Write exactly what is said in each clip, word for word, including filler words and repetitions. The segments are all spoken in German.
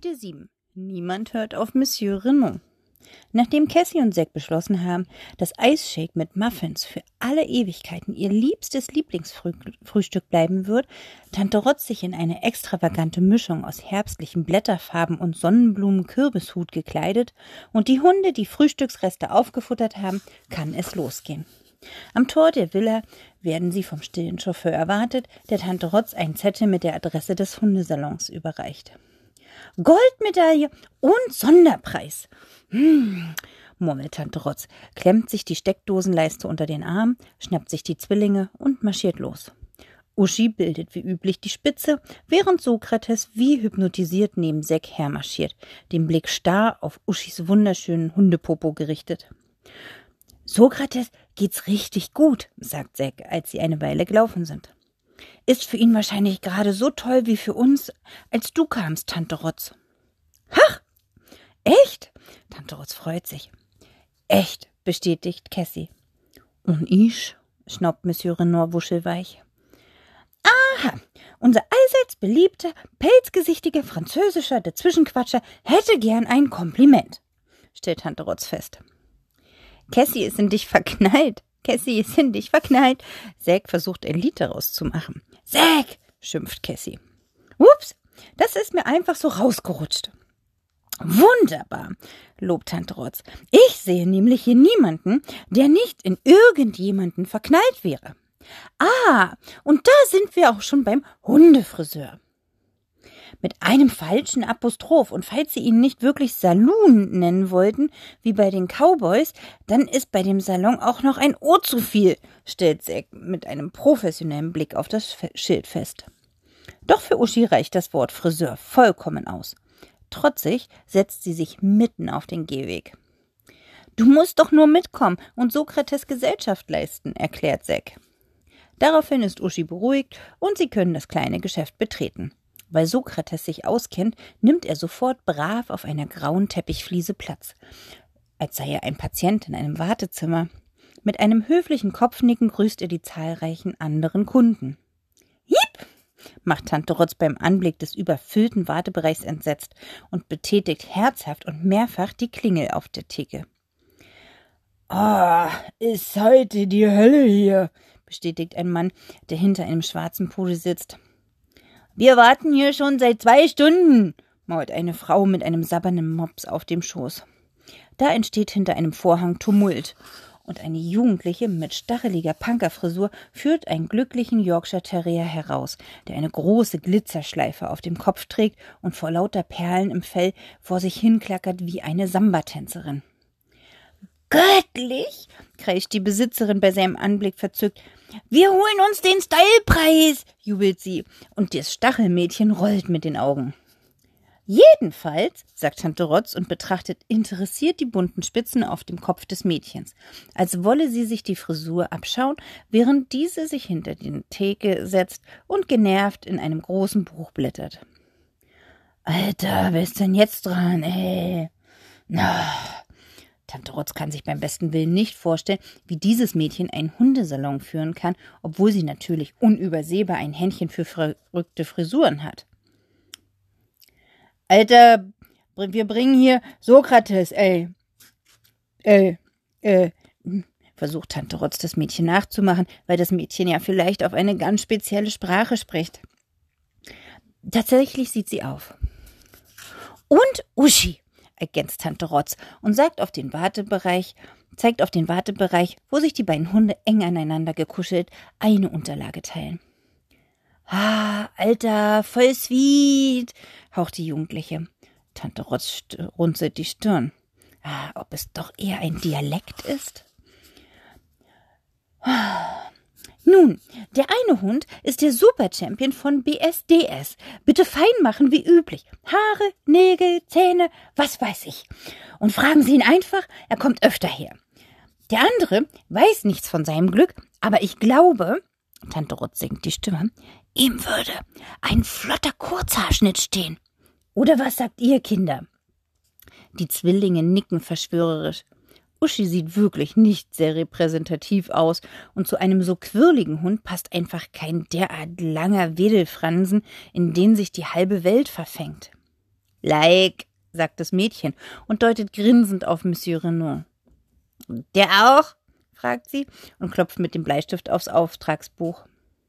Kapitel sieben. Niemand hört auf Monsieur Renaud. Nachdem Cassie und Zack beschlossen haben, dass Eisshake mit Muffins für alle Ewigkeiten ihr liebstes Lieblingsfrühstück bleiben wird, Tante Rotz sich in eine extravagante Mischung aus herbstlichen Blätterfarben und Sonnenblumen-Kürbishut gekleidet und die Hunde die Frühstücksreste aufgefuttert haben, kann es losgehen. Am Tor der Villa werden sie vom stillen Chauffeur erwartet, der Tante Rotz einen Zettel mit der Adresse des Hundesalons überreicht. Goldmedaille und Sonderpreis. Hm, murmelt Tante Rotz, klemmt sich die Steckdosenleiste unter den Arm, schnappt sich die Zwillinge und marschiert los. Uschi bildet wie üblich die Spitze, während Sokrates wie hypnotisiert neben Zack hermarschiert, den Blick starr auf Uschis wunderschönen Hundepopo gerichtet. Sokrates geht's richtig gut, sagt Zack, als sie eine Weile gelaufen sind. Ist für ihn wahrscheinlich gerade so toll wie für uns, als du kamst, Tante Rotz. Ach, echt? Tante Rotz freut sich. Echt, bestätigt Cassie. Und ich, schnaubt Monsieur Renaud wuschelweich. Aha, unser allseits beliebter, pelzgesichtiger französischer Dazwischenquatscher hätte gern ein Kompliment, stellt Tante Rotz fest. Cassie ist in dich verknallt. Cassie ist in dich verknallt. Zack versucht ein Lied daraus zu machen. Zack, schimpft Cassie. Ups, das ist mir einfach so rausgerutscht. Wunderbar, lobt Tante Rotz. Ich sehe nämlich hier niemanden, der nicht in irgendjemanden verknallt wäre. Ah, und da sind wir auch schon beim Hundefriseur. Mit einem falschen Apostroph, und falls Sie ihn nicht wirklich Saloon nennen wollten, wie bei den Cowboys, dann ist bei dem Salon auch noch ein O zu viel, stellt Zack mit einem professionellen Blick auf das Schild fest. Doch für Uschi reicht das Wort Friseur vollkommen aus. Trotzig setzt sie sich mitten auf den Gehweg. Du musst doch nur mitkommen und Sokrates Gesellschaft leisten, erklärt Zack. Daraufhin ist Uschi beruhigt und sie können das kleine Geschäft betreten. Weil Sokrates sich auskennt, nimmt er sofort brav auf einer grauen Teppichfliese Platz, als sei er ein Patient in einem Wartezimmer. Mit einem höflichen Kopfnicken grüßt er die zahlreichen anderen Kunden. Hiep, macht Tante Rotz beim Anblick des überfüllten Wartebereichs entsetzt und betätigt herzhaft und mehrfach die Klingel auf der Theke. Ah, ist heute die Hölle hier, bestätigt ein Mann, der hinter einem schwarzen Pudel sitzt. Wir warten hier schon seit zwei Stunden, mault eine Frau mit einem sabbernden Mops auf dem Schoß. Da entsteht hinter einem Vorhang Tumult und eine Jugendliche mit stacheliger Punkerfrisur führt einen glücklichen Yorkshire Terrier heraus, der eine große Glitzerschleife auf dem Kopf trägt und vor lauter Perlen im Fell vor sich hinklackert wie eine Samba-Tänzerin. Göttlich, kreischt die Besitzerin bei seinem Anblick verzückt. Wir holen uns den Stylepreis, jubelt sie, und das Stachelmädchen rollt mit den Augen. Jedenfalls, sagt Tante Rotz und betrachtet interessiert die bunten Spitzen auf dem Kopf des Mädchens, als wolle sie sich die Frisur abschauen, während diese sich hinter die Theke setzt und genervt in einem großen Buch blättert. Alter, wer ist denn jetzt dran, ey? Na... Tante Rotz kann sich beim besten Willen nicht vorstellen, wie dieses Mädchen einen Hundesalon führen kann, obwohl sie natürlich unübersehbar ein Händchen für verrückte Frisuren hat. Alter, wir bringen hier Sokrates, ey. Ey, äh, versucht Tante Rotz das Mädchen nachzumachen, weil das Mädchen ja vielleicht auf eine ganz spezielle Sprache spricht. Tatsächlich sieht sie auf. Und Uschi, ergänzt Tante Rotz und sagt auf den Wartebereich, zeigt auf den Wartebereich, wo sich die beiden Hunde eng aneinander gekuschelt eine Unterlage teilen. Ah, Alter, voll sweet, haucht die Jugendliche. Tante Rotz runzelt die Stirn. Ah, ob es doch eher ein Dialekt ist? Nun, der eine Hund ist der Super-Champion von B S D S. Bitte fein machen wie üblich. Haare, Nägel, Zähne, was weiß ich. Und fragen Sie ihn einfach, er kommt öfter her. Der andere weiß nichts von seinem Glück, aber ich glaube, Tante Rotz senkt die Stimme, ihm würde ein flotter Kurzhaarschnitt stehen. Oder was sagt ihr, Kinder? Die Zwillinge nicken verschwörerisch. Uschi sieht wirklich nicht sehr repräsentativ aus und zu einem so quirligen Hund passt einfach kein derart langer Wedelfransen, in den sich die halbe Welt verfängt. Like, sagt das Mädchen und deutet grinsend auf Monsieur Renaud. Der auch? Fragt sie und klopft mit dem Bleistift aufs Auftragsbuch.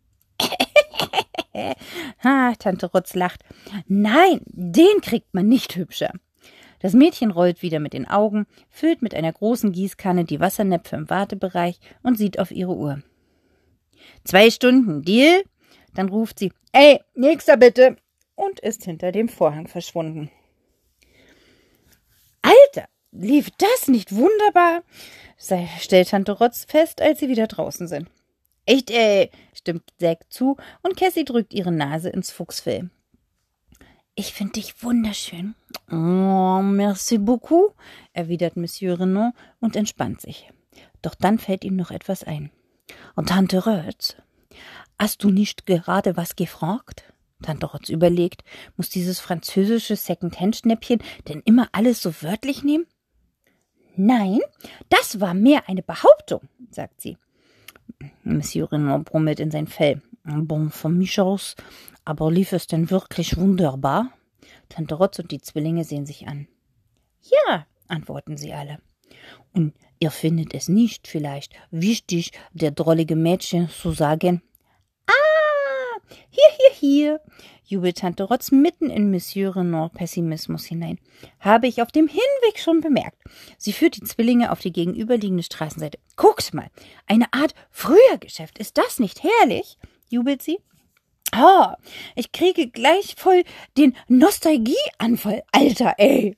ha, Tante Rotz lacht. Nein, den kriegt man nicht hübscher. Das Mädchen rollt wieder mit den Augen, füllt mit einer großen Gießkanne die Wassernäpfe im Wartebereich und sieht auf ihre Uhr. Zwei Stunden, Deal? Dann ruft sie, ey, nächster bitte, und ist hinter dem Vorhang verschwunden. Alter, lief das nicht wunderbar? Stellt Tante Rotz fest, als sie wieder draußen sind. Echt, ey, stimmt Zack zu und Cassie drückt ihre Nase ins Fuchsfell. Ich finde dich wunderschön. Oh, merci beaucoup, erwidert Monsieur Renaud und entspannt sich. Doch dann fällt ihm noch etwas ein. Und Tante Rotz, hast du nicht gerade was gefragt? Tante Rotz überlegt, muss dieses französische Second-Hand-Schnäppchen denn immer alles so wörtlich nehmen? Nein, das war mehr eine Behauptung, sagt sie. Monsieur Renaud brummelt in sein Fell. Bon, von mich aus, aber lief es denn wirklich wunderbar? Tante Rotz und die Zwillinge sehen sich an. Ja, antworten sie alle. Und ihr findet es nicht vielleicht wichtig, der drollige Mädchen zu sagen, ah, hier, hier, hier, jubelt Tante Rotz mitten in Monsieur Renaud Pessimismus hinein. Habe ich auf dem Hinweg schon bemerkt. Sie führt die Zwillinge auf die gegenüberliegende Straßenseite. Guckt mal, eine Art Frühergeschäft. Ist das nicht herrlich? Jubelt sie. Oh, ich kriege gleich voll den Nostalgieanfall, Alter, ey.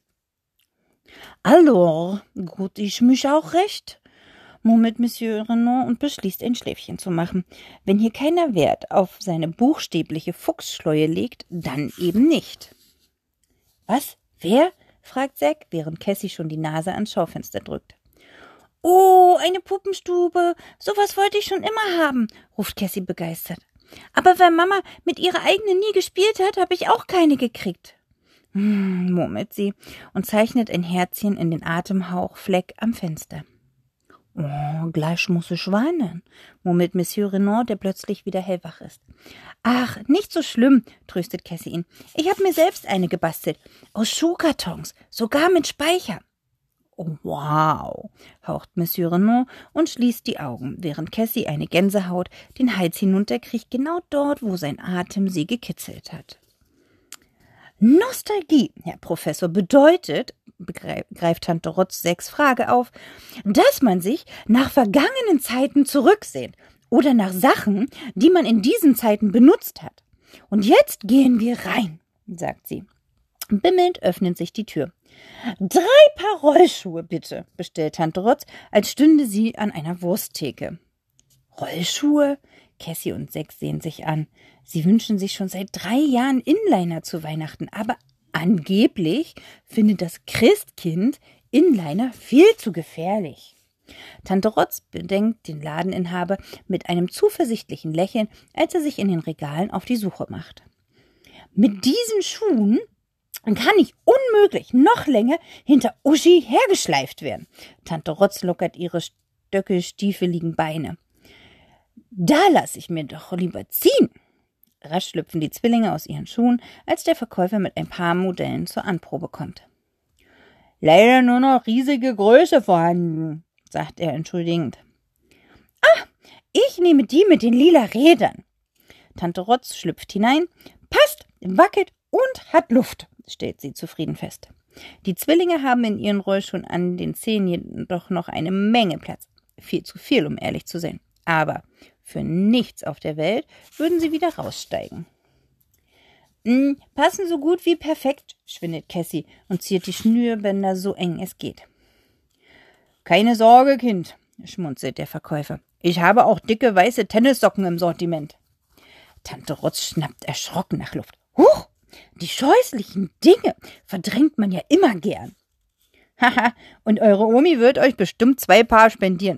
Alors, gut, ich mich auch recht, murmelt Monsieur Renaud und beschließt, ein Schläfchen zu machen. Wenn hier keiner Wert auf seine buchstäbliche Fuchsschleue legt, dann eben nicht. Was? Wer? fragt Zack, während Cassie schon die Nase ans Schaufenster drückt. Oh, eine Puppenstube, sowas wollte ich schon immer haben, ruft Cassie begeistert. Aber weil Mama mit ihrer eigenen nie gespielt hat, habe ich auch keine gekriegt. Hm, murmelt sie und zeichnet ein Herzchen in den Atemhauchfleck am Fenster. Oh, gleich muss ich weinen, murmelt Monsieur Renaud, der plötzlich wieder hellwach ist. Ach, nicht so schlimm, tröstet Cassie ihn. Ich habe mir selbst eine gebastelt, aus Schuhkartons, sogar mit Speicher. Oh, wow, haucht Monsieur Renaud und schließt die Augen, während Cassie eine Gänsehaut den Hals hinunterkriecht, genau dort, wo sein Atem sie gekitzelt hat. Nostalgie, Herr Professor, bedeutet, greift Tante Rotz Zacks Frage auf, dass man sich nach vergangenen Zeiten zurücksehnt oder nach Sachen, die man in diesen Zeiten benutzt hat. Und jetzt gehen wir rein, sagt sie. Bimmelnd öffnet sich die Tür. Drei Paar Rollschuhe, bitte, bestellt Tante Rotz, als stünde sie an einer Wursttheke. Rollschuhe? Cassie und Zack sehen sich an. Sie wünschen sich schon seit drei Jahren Inliner zu Weihnachten, aber angeblich findet das Christkind Inliner viel zu gefährlich. Tante Rotz bedenkt den Ladeninhaber mit einem zuversichtlichen Lächeln, als er sich in den Regalen auf die Suche macht. Mit diesen Schuhen kann ich unmöglich noch länger hinter Uschi hergeschleift werden. Tante Rotz lockert ihre stöckelstiefeligen Beine. Da lasse ich mir doch lieber ziehen. Rasch schlüpfen die Zwillinge aus ihren Schuhen, als der Verkäufer mit ein paar Modellen zur Anprobe kommt. Leider nur noch riesige Größe vorhanden, sagt er entschuldigend. Ah, ich nehme die mit den lila Rädern. Tante Rotz schlüpft hinein, passt, wackelt und hat Luft, stellt sie zufrieden fest. Die Zwillinge haben in ihren Rollschuhen an den Zehen jedoch noch eine Menge Platz. Viel zu viel, um ehrlich zu sein. Aber für nichts auf der Welt würden sie wieder raussteigen. »Mm, passen so gut wie perfekt«, schwindet Cassie und zieht die Schnürbänder so eng es geht. »Keine Sorge, Kind«, schmunzelt der Verkäufer. »Ich habe auch dicke weiße Tennissocken im Sortiment.« Tante Rotz schnappt erschrocken nach Luft. »Huch, die scheußlichen Dinge verdrängt man ja immer gern.« »Haha, und eure Omi wird euch bestimmt zwei Paar spendieren.«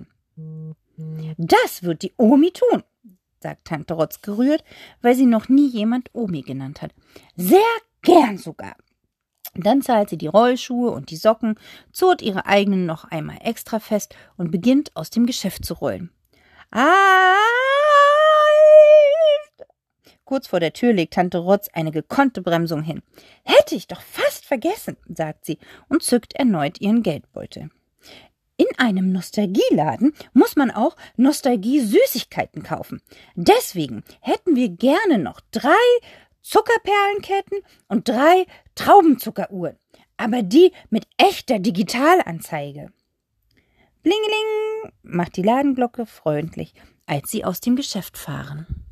»Das wird die Omi tun«, sagt Tante Rotz gerührt, weil sie noch nie jemand Omi genannt hat. »Sehr gern sogar.« Dann zahlt sie die Rollschuhe und die Socken, zurrt ihre eigenen noch einmal extra fest und beginnt aus dem Geschäft zu rollen. »Ah!« Kurz vor der Tür legt Tante Rotz eine gekonnte Bremsung hin. »Hätte ich doch fast vergessen«, sagt sie und zückt erneut ihren Geldbeutel. In einem Nostalgieladen muss man auch Nostalgie-Süßigkeiten kaufen. Deswegen hätten wir gerne noch drei Zuckerperlenketten und drei Traubenzuckeruhren, aber die mit echter Digitalanzeige. Blingeling, macht die Ladenglocke freundlich, als sie aus dem Geschäft fahren.